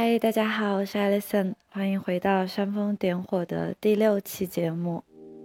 嗨，大家好，我是 Alison，欢迎回到煽风点火的第6期节目。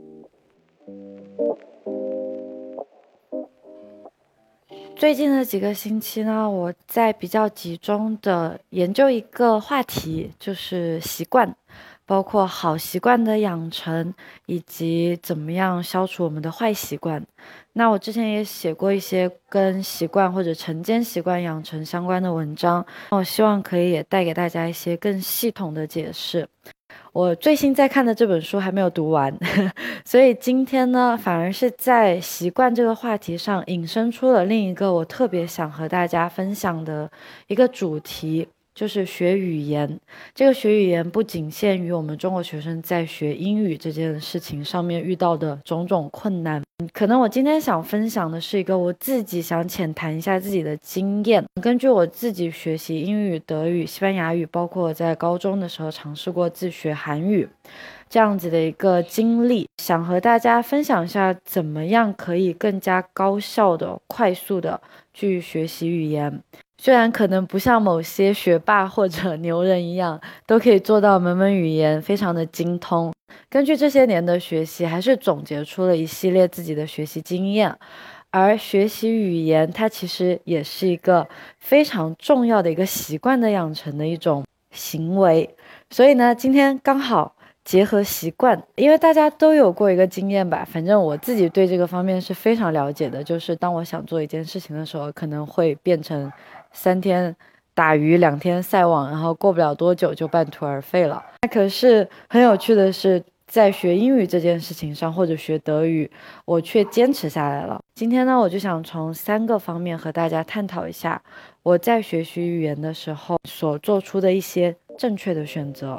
最近的几个星期呢，我在比较集中的研究一个话题，就是习惯，包括好习惯的养成，以及怎么样消除我们的坏习惯。那我之前也写过一些跟习惯或者晨间习惯养成相关的文章，我希望可以也带给大家一些更系统的解释。我最新在看的这本书还没有读完，所以今天呢，反而是在习惯这个话题上引申出了另一个我特别想和大家分享的一个主题，就是学语言。这个学语言不仅限于我们中国学生在学英语这件事情上面遇到的种种困难。可能我今天想分享的是一个我自己想浅谈一下自己的经验，根据我自己学习英语、德语、西班牙语，包括我在高中的时候尝试过自学韩语这样子的一个经历，想和大家分享一下怎么样可以更加高效的、快速的去学习语言。虽然可能不像某些学霸或者牛人一样都可以做到门门语言非常的精通，根据这些年的学习，还是总结出了一系列自己的学习经验。而学习语言，它其实也是一个非常重要的一个习惯的养成的一种行为。所以呢，今天刚好结合习惯，因为大家都有过一个经验吧，反正我自己对这个方面是非常了解的，就是当我想做一件事情的时候，可能会变成3天打鱼2天晒网，然后过不了多久就半途而废了。那可是很有趣的是，在学英语这件事情上，或者学德语，我却坚持下来了。今天呢，我就想从3个方面和大家探讨一下我在学习语言的时候所做出的一些正确的选择。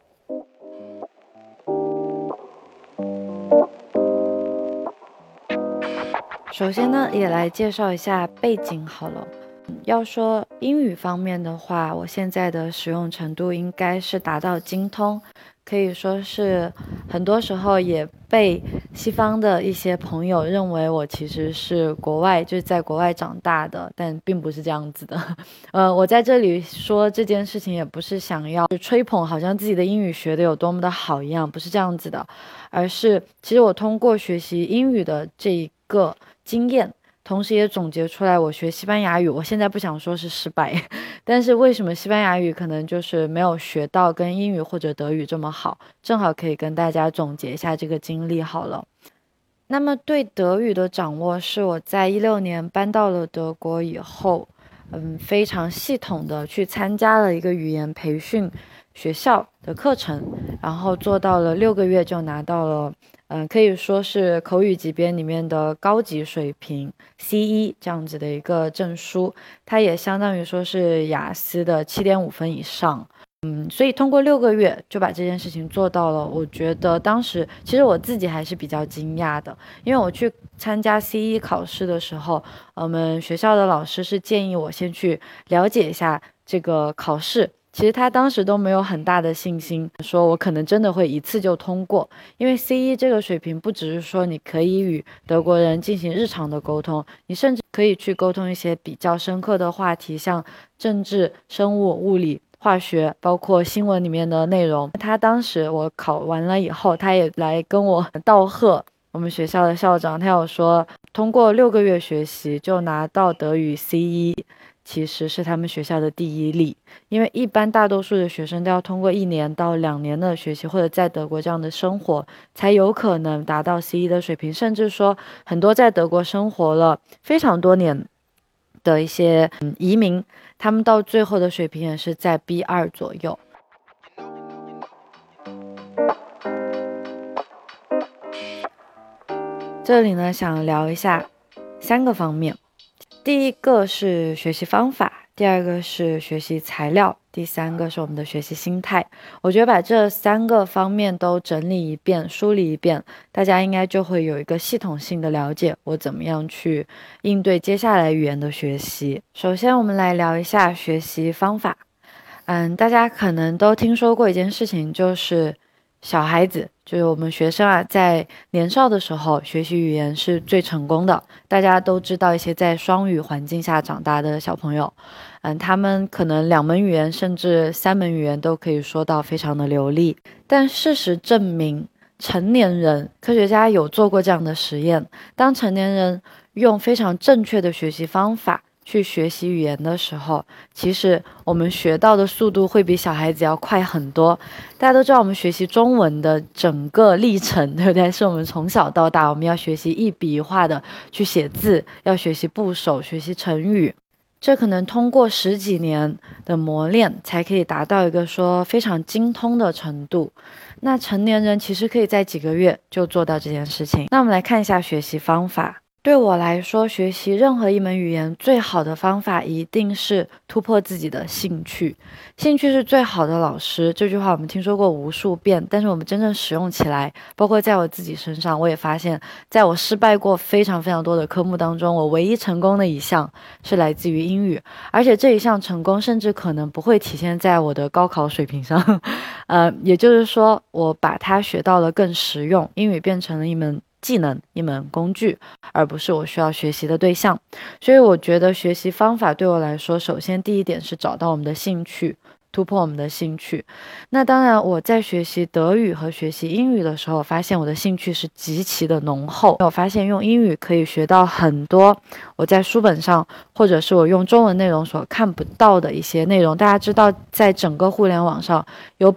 首先呢，也来介绍一下背景好了。要说英语方面的话，我现在的使用程度应该是达到精通，可以说是很多时候也被西方的一些朋友认为我其实是就是在国外长大的，但并不是这样子的。我在这里说这件事情也不是想要吹捧，好像自己的英语学的有多么的好一样，不是这样子的，而是其实我通过学习英语的这一个经验，同时也总结出来我学西班牙语，我现在不想说是失败，但是为什么西班牙语可能就是没有学到跟英语或者德语这么好，正好可以跟大家总结一下这个经历好了。那么对德语的掌握是我在16年搬到了德国以后，非常系统的去参加了一个语言培训学校的课程，然后做到了6个月就拿到了可以说是口语级别里面的高级水平 C1 这样子的一个证书，它也相当于说是雅思的7.5分以上。所以通过6个月就把这件事情做到了，我觉得当时其实我自己还是比较惊讶的，因为我去参加 C1 考试的时候，我们学校的老师是建议我先去了解一下这个考试，其实他当时都没有很大的信心，说我可能真的会一次就通过，因为 C1 这个水平不只是说你可以与德国人进行日常的沟通，你甚至可以去沟通一些比较深刻的话题，像政治、生物、物理、化学，包括新闻里面的内容。他当时我考完了以后，他也来跟我道贺，我们学校的校长，他有说通过6个月学习就拿到德语 C1，其实是他们学校的第一例，因为一般大多数的学生都要通过1年到2年的学习，或者在德国这样的生活，才有可能达到 C1 的水平，甚至说很多在德国生活了非常多年的一些移民，他们到最后的水平也是在 B2 左右。这里呢，想聊一下3个方面。第一个是学习方法，第2个是学习材料，第3个是我们的学习心态。我觉得把这3个方面都整理一遍、梳理一遍，大家应该就会有一个系统性的了解，我怎么样去应对接下来语言的学习。首先我们来聊一下学习方法。大家可能都听说过一件事情，就是小孩子，就是我们学生啊，在年少的时候学习语言是最成功的。大家都知道一些在双语环境下长大的小朋友，他们可能2门语言甚至3门语言都可以说到非常的流利。但事实证明，成年人，科学家有做过这样的实验，当成年人用非常正确的学习方法去学习语言的时候，其实我们学到的速度会比小孩子要快很多。大家都知道我们学习中文的整个历程，对不对？是我们从小到大，我们要学习一笔一画的去写字，要学习部首，学习成语，这可能通过10几年的磨练才可以达到一个说非常精通的程度。那成年人其实可以在几个月就做到这件事情。那我们来看一下学习方法。对我来说，学习任何一门语言最好的方法一定是突破自己的兴趣。兴趣是最好的老师，这句话我们听说过无数遍，但是我们真正使用起来，包括在我自己身上，我也发现，在我失败过非常非常多的科目当中，我唯一成功的一项是来自于英语，而且这一项成功甚至可能不会体现在我的高考水平上，也就是说，我把它学到了更实用，英语变成了一门技能，一门工具，而不是我需要学习的对象。所以我觉得学习方法对我来说，首先第一点是找到我们的兴趣，突破我们的兴趣。那当然我在学习德语和学习英语的时候，发现我的兴趣是极其的浓厚。我发现用英语可以学到很多我在书本上或者是我用中文内容所看不到的一些内容。大家知道在整个互联网上有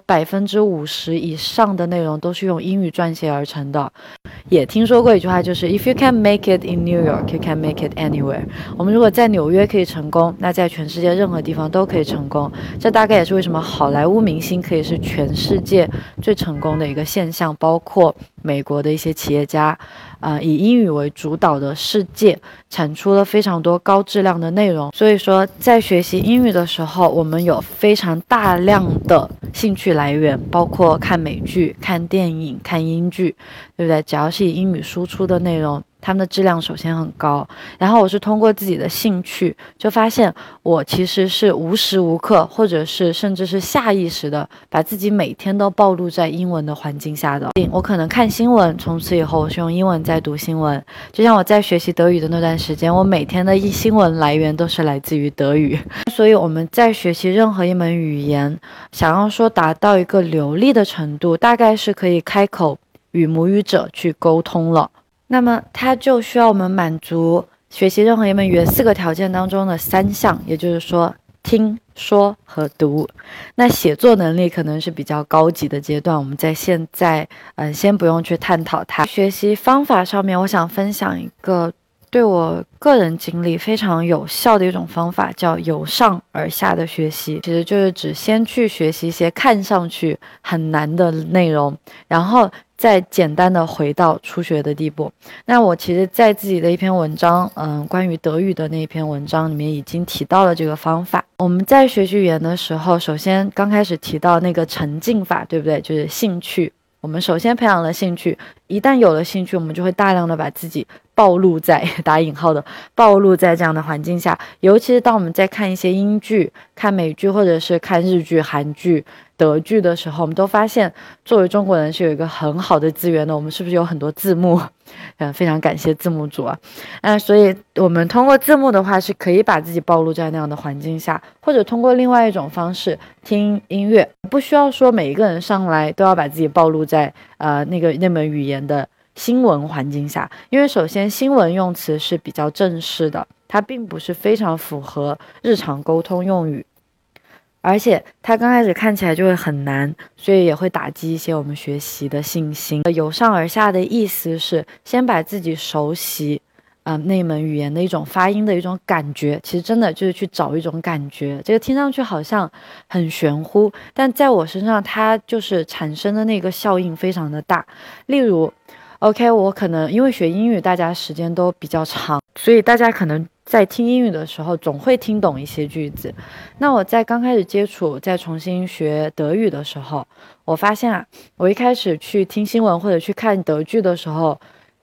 50%以上的内容都是用英语撰写而成的。也听说过一句话，就是 If you can make it in New York, you can make it anywhere。 我们如果在纽约可以成功，那在全世界任何地方都可以成功。这大概也是为什么好莱坞明星可以是全世界最成功的一个现象，包括美国的一些企业家以英语为主导的世界产出了非常多高质量的内容。所以说在学习英语的时候，我们有非常大量的兴趣来源，包括看美剧、看电影、看英剧，对不对？只要是以英语输出的内容，他们的质量首先很高。然后我是通过自己的兴趣，就发现我其实是无时无刻，或者是甚至是下意识的，把自己每天都暴露在英文的环境下的。我可能看新闻，从此以后我是用英文在读新闻。就像我在学习德语的那段时间，我每天的新闻来源都是来自于德语。所以我们在学习任何一门语言，想要说达到一个流利的程度，大概是可以开口与母语者去沟通了。那么它就需要我们满足学习任何一门语言4个条件当中的3项，也就是说听、说和读。那写作能力可能是比较高级的阶段，我们在现在先不用去探讨它。学习方法上面，我想分享一个对我个人经历非常有效的一种方法，叫由上而下的学习。其实就是指先去学习一些看上去很难的内容，然后再简单的回到初学的地步。那我其实在自己的一篇文章关于德语的那篇文章里面已经提到了这个方法。我们在学习语言的时候，首先刚开始提到那个沉浸法，对不对？就是兴趣。我们首先培养了兴趣，一旦有了兴趣，我们就会大量的把自己暴露在打引号的暴露在这样的环境下。尤其是当我们在看一些英剧、看美剧或者是看日剧、韩剧、德剧的时候，我们都发现作为中国人是有一个很好的资源的。我们是不是有很多字幕？非常感谢字幕组啊。所以我们通过字幕的话是可以把自己暴露在那样的环境下，或者通过另外一种方式听音乐，不需要说每一个人上来都要把自己暴露在那门语言的新闻环境下。因为首先新闻用词是比较正式的，它并不是非常符合日常沟通用语，而且它刚开始看起来就会很难，所以也会打击一些我们学习的信心。由上而下的意思是先把自己熟悉那门语言的一种发音的一种感觉，其实真的就是去找一种感觉。这个听上去好像很玄乎，但在我身上它就是产生的那个效应非常的大。例如OK， 我可能因为学英语大家时间都比较长，所以大家可能在听英语的时候总会听懂一些句子。那我在刚开始接触再重新学德语的时候，我发现我一开始去听新闻或者去看德剧的时候，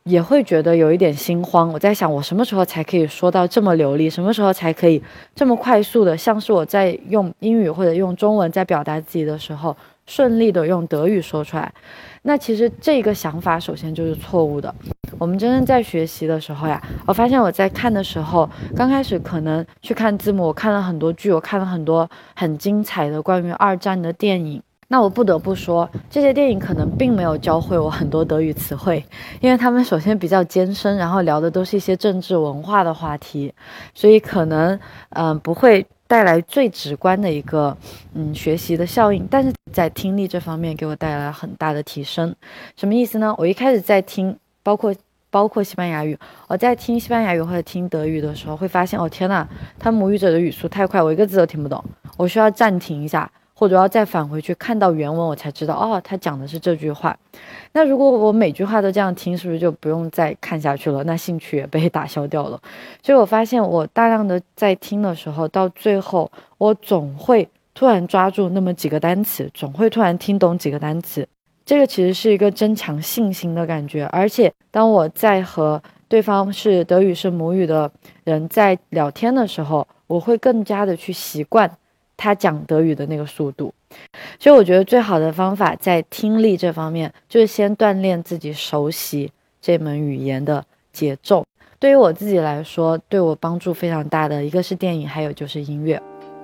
也会觉得有一点心慌。我在想，我什么时候才可以说到这么流利，什么时候才可以这么快速的，像是我在用英语或者用中文在表达自己的时候，顺利的用德语说出来。那其实这个想法首先就是错误的。我们真正在学习的时候呀，我发现我在看的时候，刚开始可能去看字幕，我看了很多剧，我看了很多很精彩的关于二战的电影。那我不得不说，这些电影可能并没有教会我很多德语词汇，因为他们首先比较艰深，然后聊的都是一些政治文化的话题，所以可能不会带来最直观的一个学习的效应，但是在听力这方面给我带来很大的提升。什么意思呢？我一开始在听，包括西班牙语，我在听西班牙语或者听德语的时候，会发现哦天呐，他母语者的语速太快，我一个字都听不懂，我需要暂停一下，或者要再返回去看到原文，我才知道哦，他讲的是这句话。那如果我每句话都这样听，是不是就不用再看下去了？那兴趣也被打消掉了。所以我发现我大量的在听的时候，到最后我总会突然抓住那么几个单词，总会突然听懂几个单词。这个其实是一个增强信心的感觉，而且当我在和对方是德语是母语的人在聊天的时候，我会更加的去习惯他讲德语的那个速度。所以我觉得最好的方法在听力这方面，就是先锻炼自己熟悉这门语言的节奏。对于我自己来说，对我帮助非常大的一个是电影，还有就是音乐。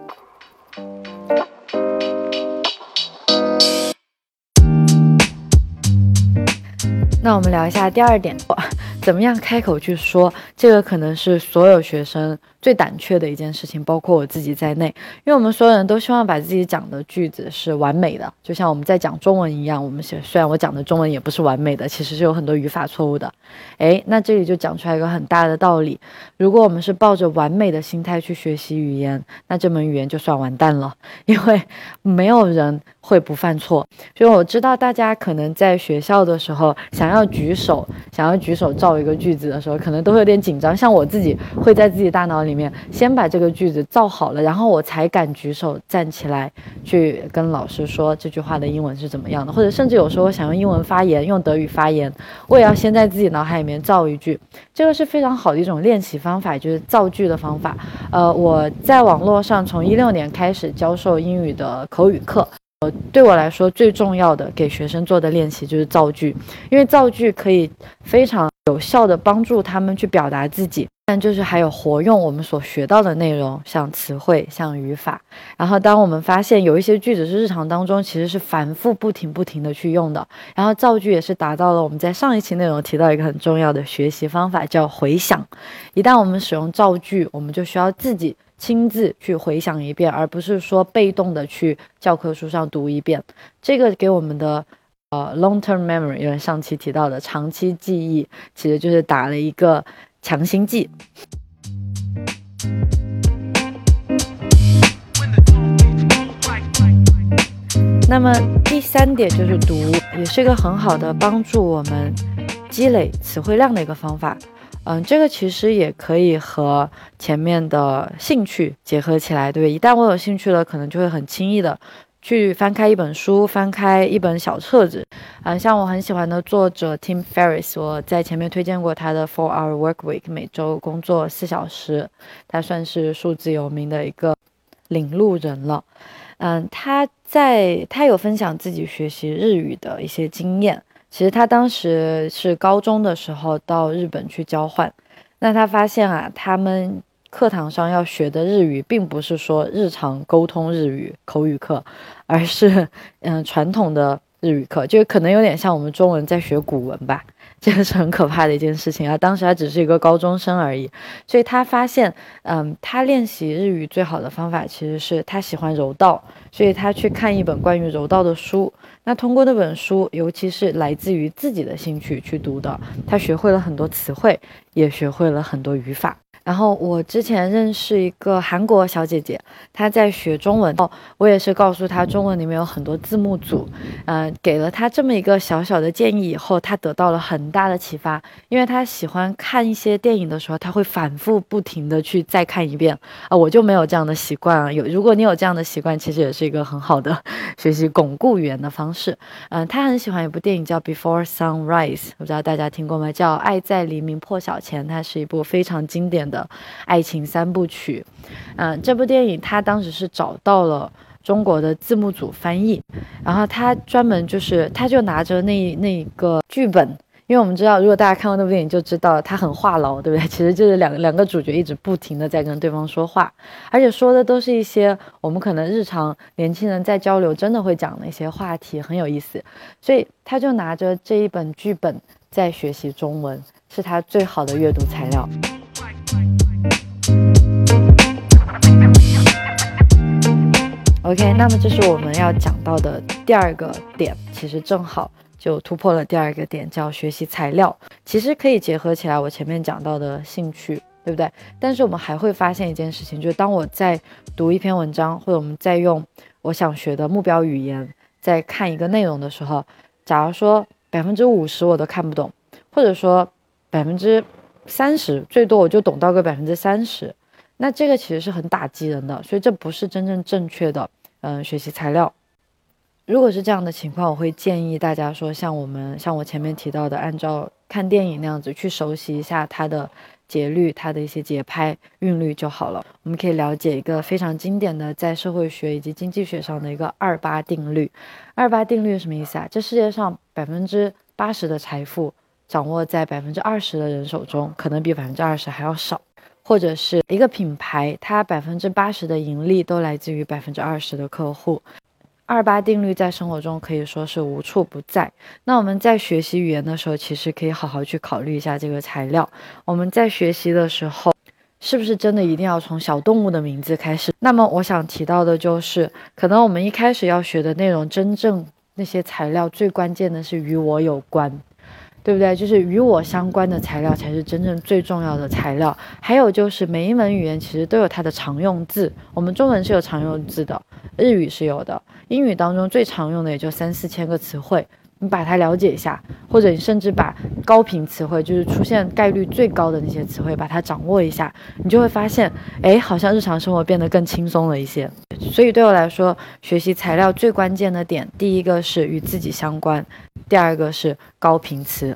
那我们聊一下第二点，怎么样开口去说，这个可能是所有学生最胆怯的一件事情，包括我自己在内。因为我们所有人都希望把自己讲的句子是完美的，就像我们在讲中文一样，虽然我讲的中文也不是完美的，其实是有很多语法错误的。那这里就讲出来一个很大的道理，如果我们是抱着完美的心态去学习语言，那这门语言就算完蛋了，因为没有人会不犯错。所以我知道大家可能在学校的时候想要举手造一个句子的时候，可能都会有点紧张。像我自己会在自己大脑里面先把这个句子造好了，然后我才敢举手站起来去跟老师说这句话的英文是怎么样的，或者甚至有时候我想用英文发言，用德语发言，我也要先在自己脑海里面造一句。这个是非常好的一种练习方法，就是造句的方法。我在网络上从2016年开始教授英语的口语课。对我来说最重要的给学生做的练习就是造句，因为造句可以非常有效的帮助他们去表达自己，但就是还有活用我们所学到的内容，像词汇，像语法。然后当我们发现有一些句子是日常当中其实是反复不停的去用的，然后造句也是达到了我们在上一期内容提到一个很重要的学习方法，叫回想。一旦我们使用造句，我们就需要自己亲自去回想一遍，而不是说被动的去教科书上读一遍。这个给我们的long-term memory， 因为上期提到的长期记忆，其实就是打了一个强心剂。那么第三点就是读，也是一个很好的帮助我们积累词汇量的一个方法。这个其实也可以和前面的兴趣结合起来，对不对？一旦我有兴趣了，可能就会很轻易的去翻开一本书，翻开一本小册子。像我很喜欢的作者 Tim Ferriss， 我在前面推荐过他的 4-Hour Workweek， 每周工作4小时，他算是数字游民的一个领路人了。他有分享自己学习日语的一些经验。其实他当时是高中的时候到日本去交换，那他发现他们课堂上要学的日语并不是说日常沟通日语口语课，而是传统的日语课，就可能有点像我们中文在学古文吧。这个是很可怕的一件事情啊！当时他只是一个高中生而已，所以他发现，他练习日语最好的方法其实是他喜欢柔道，所以他去看一本关于柔道的书。那通过那本书，尤其是来自于自己的兴趣去读的，他学会了很多词汇，也学会了很多语法。 然后我之前认识一个韩国小姐姐，她在学中文，我也是告诉她中文里面有很多字幕组，给了她这么一个小小的建议以后，她得到了很大的启发，因为她喜欢看一些电影的时候，她会反复不停的去再看一遍，我就没有这样的习惯啊。如果你有这样的习惯，其实也是一个很好的学习巩固语言的方式。她很喜欢一部电影叫《Before Sunrise》，我不知道大家听过吗？叫《爱在黎明破晓前》，它是一部非常经典的爱情三部曲。这部电影他当时是找到了中国的字幕组翻译，然后他专门他就拿着那个剧本，因为我们知道如果大家看过那部电影就知道他很话痨，对不对？其实就是两个主角一直不停的在跟对方说话，而且说的都是一些我们可能日常年轻人在交流真的会讲的一些话题，很有意思。所以他就拿着这一本剧本在学习中文，是他最好的阅读材料。OK， 那么这是我们要讲到的第二个点，其实正好就突破了第二个点，叫学习材料。其实可以结合起来我前面讲到的兴趣，对不对？但是我们还会发现一件事情，就是当我在读一篇文章，或者我们在用我想学的目标语言在看一个内容的时候，假如说50%我都看不懂，或者说30%，最多我就懂到个30%，那这个其实是很打击人的，所以这不是真正正确的学习材料。如果是这样的情况，我会建议大家说像我前面提到的，按照看电影那样子去熟悉一下它的节律，它的一些节拍韵律就好了。我们可以了解一个非常经典的在社会学以及经济学上的一个28定律。28定律是什么意思啊？这世界上80%的财富掌握在20%的人手中，可能比20%还要少。或者是一个品牌，它80%的盈利都来自于20%的客户。28定律在生活中可以说是无处不在。那我们在学习语言的时候，其实可以好好去考虑一下这个材料。我们在学习的时候，是不是真的一定要从小动物的名字开始？那么我想提到的就是，可能我们一开始要学的内容，真正那些材料最关键的是与我有关，对不对？就是与我相关的材料才是真正最重要的材料。还有就是每一门语言其实都有它的常用字，我们中文是有常用字的，日语是有的，英语当中最常用的也就3-4千个词汇，你把它了解一下，或者你甚至把高频词汇，就是出现概率最高的那些词汇把它掌握一下，你就会发现好像日常生活变得更轻松了一些。所以对我来说，学习材料最关键的点，第一个是与自己相关，第二个是高频词。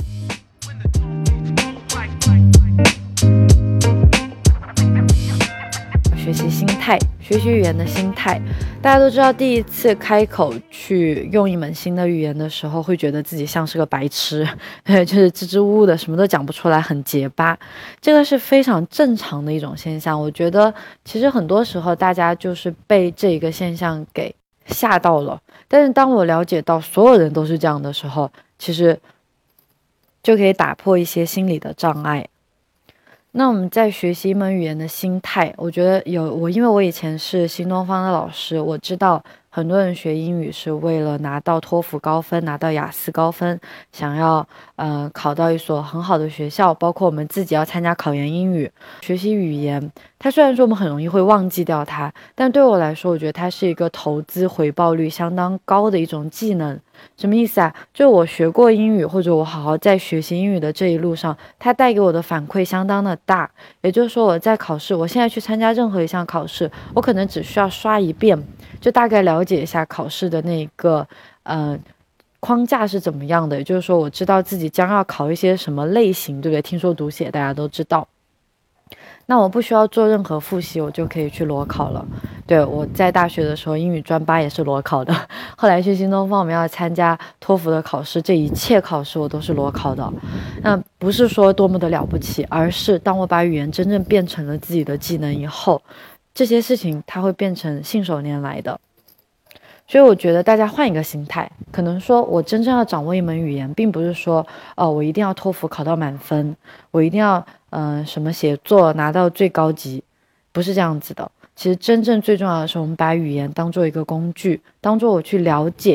学习心态，学习语言的心态，大家都知道，第一次开口去用一门新的语言的时候，会觉得自己像是个白痴，就是支支吾吾的，什么都讲不出来，很结巴。这个是非常正常的一种现象。我觉得其实很多时候大家就是被这个现象给吓到了。但是当我了解到所有人都是这样的时候，其实就可以打破一些心理的障碍。那我们在学习一门语言的心态，我觉得因为我以前是新东方的老师，我知道很多人学英语是为了拿到托福高分，拿到雅思高分，想要考到一所很好的学校，包括我们自己要参加考研英语。学习语言，它虽然说我们很容易会忘记掉它，但对我来说，我觉得它是一个投资回报率相当高的一种技能。什么意思啊？就我学过英语，或者我好好在学习英语的这一路上，它带给我的反馈相当的大。也就是说，我在考试，我现在去参加任何一项考试，我可能只需要刷一遍，就大概了解一下考试的那个框架是怎么样的。也就是说，我知道自己将要考一些什么类型，对不对？听说读写大家都知道。那我不需要做任何复习，我就可以去裸考了。对，我在大学的时候，英语专8也是裸考的。后来去新东方，我们要参加托福的考试，这一切考试我都是裸考的。那不是说多么的了不起，而是当我把语言真正变成了自己的技能以后，这些事情它会变成信手拈来的。所以我觉得大家换一个心态，可能说我真正要掌握一门语言，并不是说我一定要托福考到满分，我一定要什么写作拿到最高级，不是这样子的。其实真正最重要的是，我们把语言当做一个工具，当做我去了解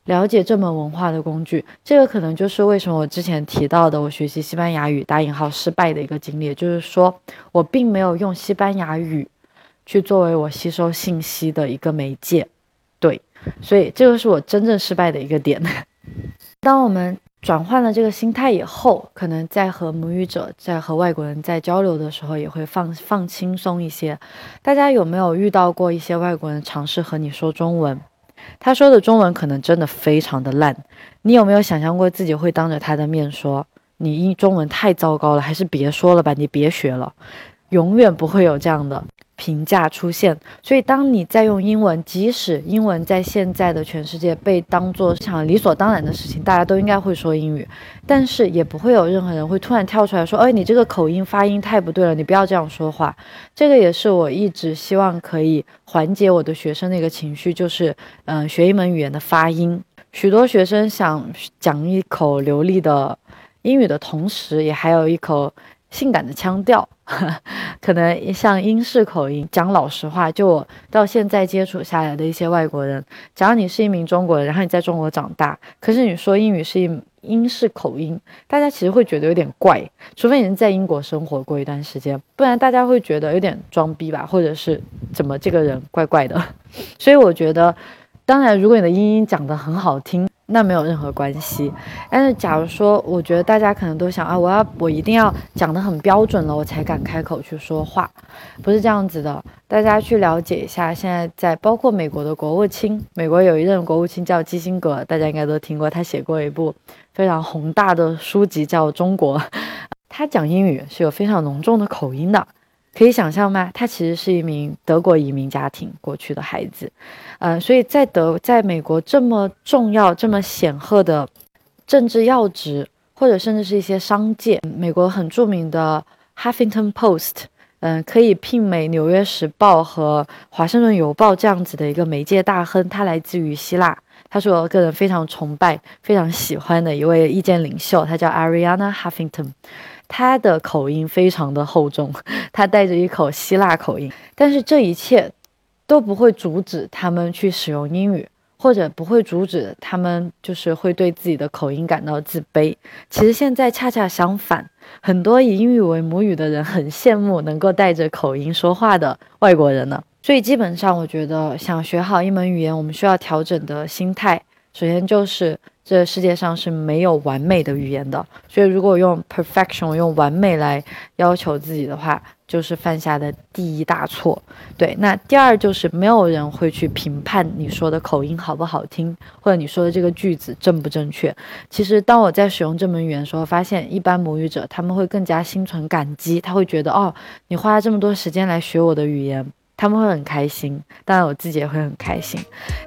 了解这门文化的工具。这个可能就是为什么我之前提到的我学习西班牙语打引号失败的一个经历，就是说我并没有用西班牙语去作为我吸收信息的一个媒介。对，所以这个是我真正失败的一个点。当我们转换了这个心态以后，可能在和母语者在和外国人在交流的时候也会放轻松一些。大家有没有遇到过一些外国人尝试和你说中文，他说的中文可能真的非常的烂，你有没有想象过自己会当着他的面说你中文太糟糕了，还是别说了吧，你别学了？永远不会有这样的评价出现。所以当你在用英文，即使英文在现在的全世界被当作像理所当然的事情，大家都应该会说英语，但是也不会有任何人会突然跳出来说，你这个口音发音太不对了，你不要这样说话。这个也是我一直希望可以缓解我的学生的一个情绪，就是学一门语言的发音。许多学生想讲一口流利的英语的同时，也还有一口性感的腔调，可能像英式口音。讲老实话，就我到现在接触下来的一些外国人，假如你是一名中国人，然后你在中国长大，可是你说英语是英式口音，大家其实会觉得有点怪，除非你是在英国生活过一段时间，不然大家会觉得有点装逼吧，或者是怎么这个人怪怪的。所以我觉得当然如果你的英音讲得很好听，那没有任何关系。但是假如说我觉得大家可能都想我一定要讲得很标准了我才敢开口去说话，不是这样子的。大家去了解一下，现在在包括美国的国务卿，美国有一任国务卿叫基辛格，大家应该都听过，他写过一部非常宏大的书籍叫《中国》，他讲英语是有非常浓重的口音的。可以想象吗？他其实是一名德国移民家庭过去的孩子，所以在美国这么重要、这么显赫的政治要职，或者甚至是一些商界，美国很著名的 Huffington Post，可以媲美《纽约时报》和《华盛顿邮报》这样子的一个媒介大亨，他来自于希腊，他是我个人非常崇拜、非常喜欢的一位意见领袖，他叫 Arianna Huffington。他的口音非常的厚重，他带着一口希腊口音，但是这一切都不会阻止他们去使用英语，或者不会阻止他们就是会对自己的口音感到自卑。其实现在恰恰相反，很多以英语为母语的人很羡慕能够带着口音说话的外国人呢。所以基本上我觉得想学好一门语言，我们需要调整的心态，首先就是这世界上是没有完美的语言的，所以如果用 perfection 用完美来要求自己的话，就是犯下的第一大错。对，那第二就是没有人会去评判你说的口音好不好听，或者你说的这个句子正不正确。其实当我在使用这门语言的时候，发现一般母语者他们会更加心存感激，他会觉得你花了这么多时间来学我的语言，他们会很开心，当然我自己也会很开心。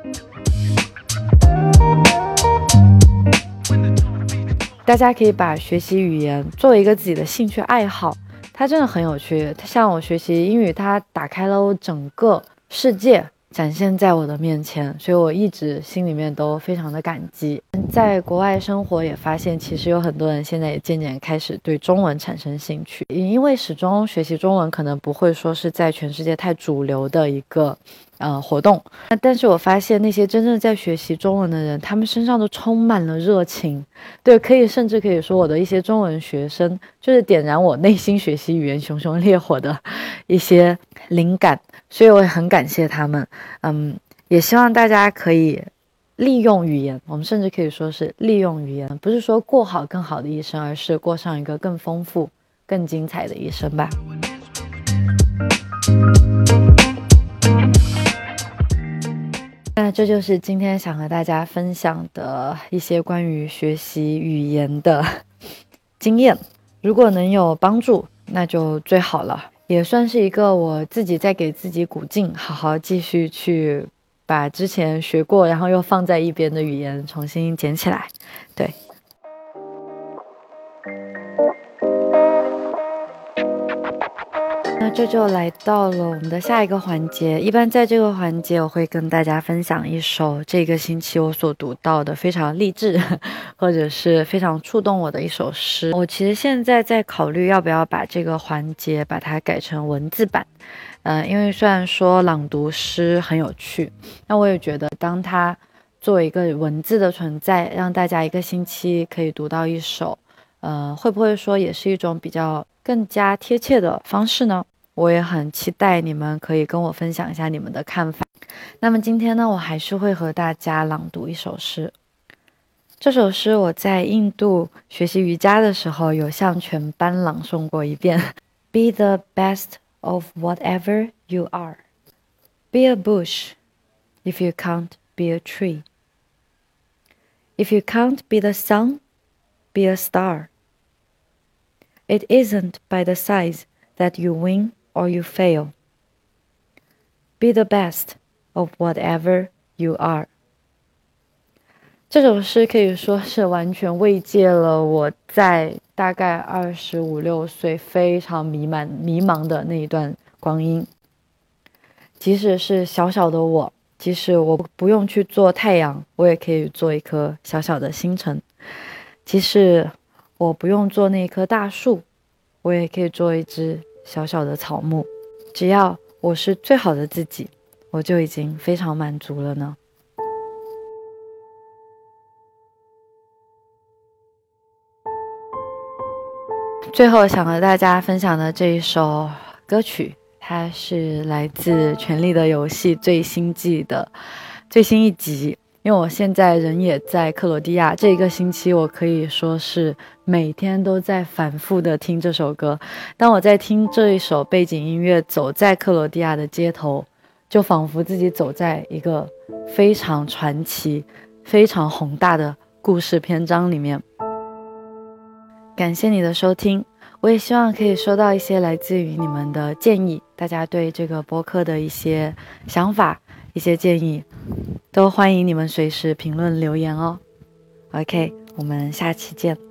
大家可以把学习语言作为一个自己的兴趣爱好，它真的很有趣。像我学习英语，它打开了我整个世界，展现在我的面前，所以我一直心里面都非常的感激。在国外生活也发现，其实有很多人现在也渐渐开始对中文产生兴趣，因为始终学习中文可能不会说是在全世界太主流的一个活动，但是我发现那些真正在学习中文的人，他们身上都充满了热情。对，甚至可以说我的一些中文学生就是点燃我内心学习语言熊熊烈火的一些灵感，所以我也很感谢他们。也希望大家可以利用语言，我们甚至可以说是利用语言，不是说过好更好的一生，而是过上一个更丰富更精彩的一生吧。那这就是今天想和大家分享的一些关于学习语言的经验，如果能有帮助那就最好了，也算是一个我自己在给自己鼓劲，好好继续去把之前学过然后又放在一边的语言重新捡起来。对，那这就来到了我们的下一个环节。一般在这个环节我会跟大家分享一首这个星期我所读到的非常励志或者是非常触动我的一首诗。我其实现在在考虑要不要把这个环节把它改成文字版，因为虽然说朗读诗很有趣，那我也觉得当它作为一个文字的存在，让大家一个星期可以读到一首，会不会说也是一种比较更加贴切的方式呢？我也很期待你们可以跟我分享一下你们的看法。那么今天呢，我还是会和大家朗读一首诗。这首诗我在印度学习瑜伽的时候有向全班朗诵过一遍。Be the best of whatever you are. Be a bush if you can't be a tree. If you can't be the sun, be a star. It isn't by the size that you win or you fail. Be the best of whatever you are. 这首诗可以说是完全慰藉了我在大概25、26岁非常迷茫的那一段光阴。即使是小小的我，即使我不用去做太阳，我也可以做一颗小小的星辰。即使我不用做那棵大树，我也可以做一只小小的草木。只要我是最好的自己，我就已经非常满足了呢。最后想和大家分享的这一首歌曲，它是来自《权力的游戏》最新季的最新一集。因为我现在人也在克罗地亚，这个星期我可以说是每天都在反复的听这首歌。当我在听这一首背景音乐，走在克罗地亚的街头，就仿佛自己走在一个非常传奇、非常宏大的故事篇章里面。感谢你的收听，我也希望可以收到一些来自于你们的建议，大家对这个播客的一些想法、一些建议，都欢迎你们随时评论留言哦。OK， 我们下期见。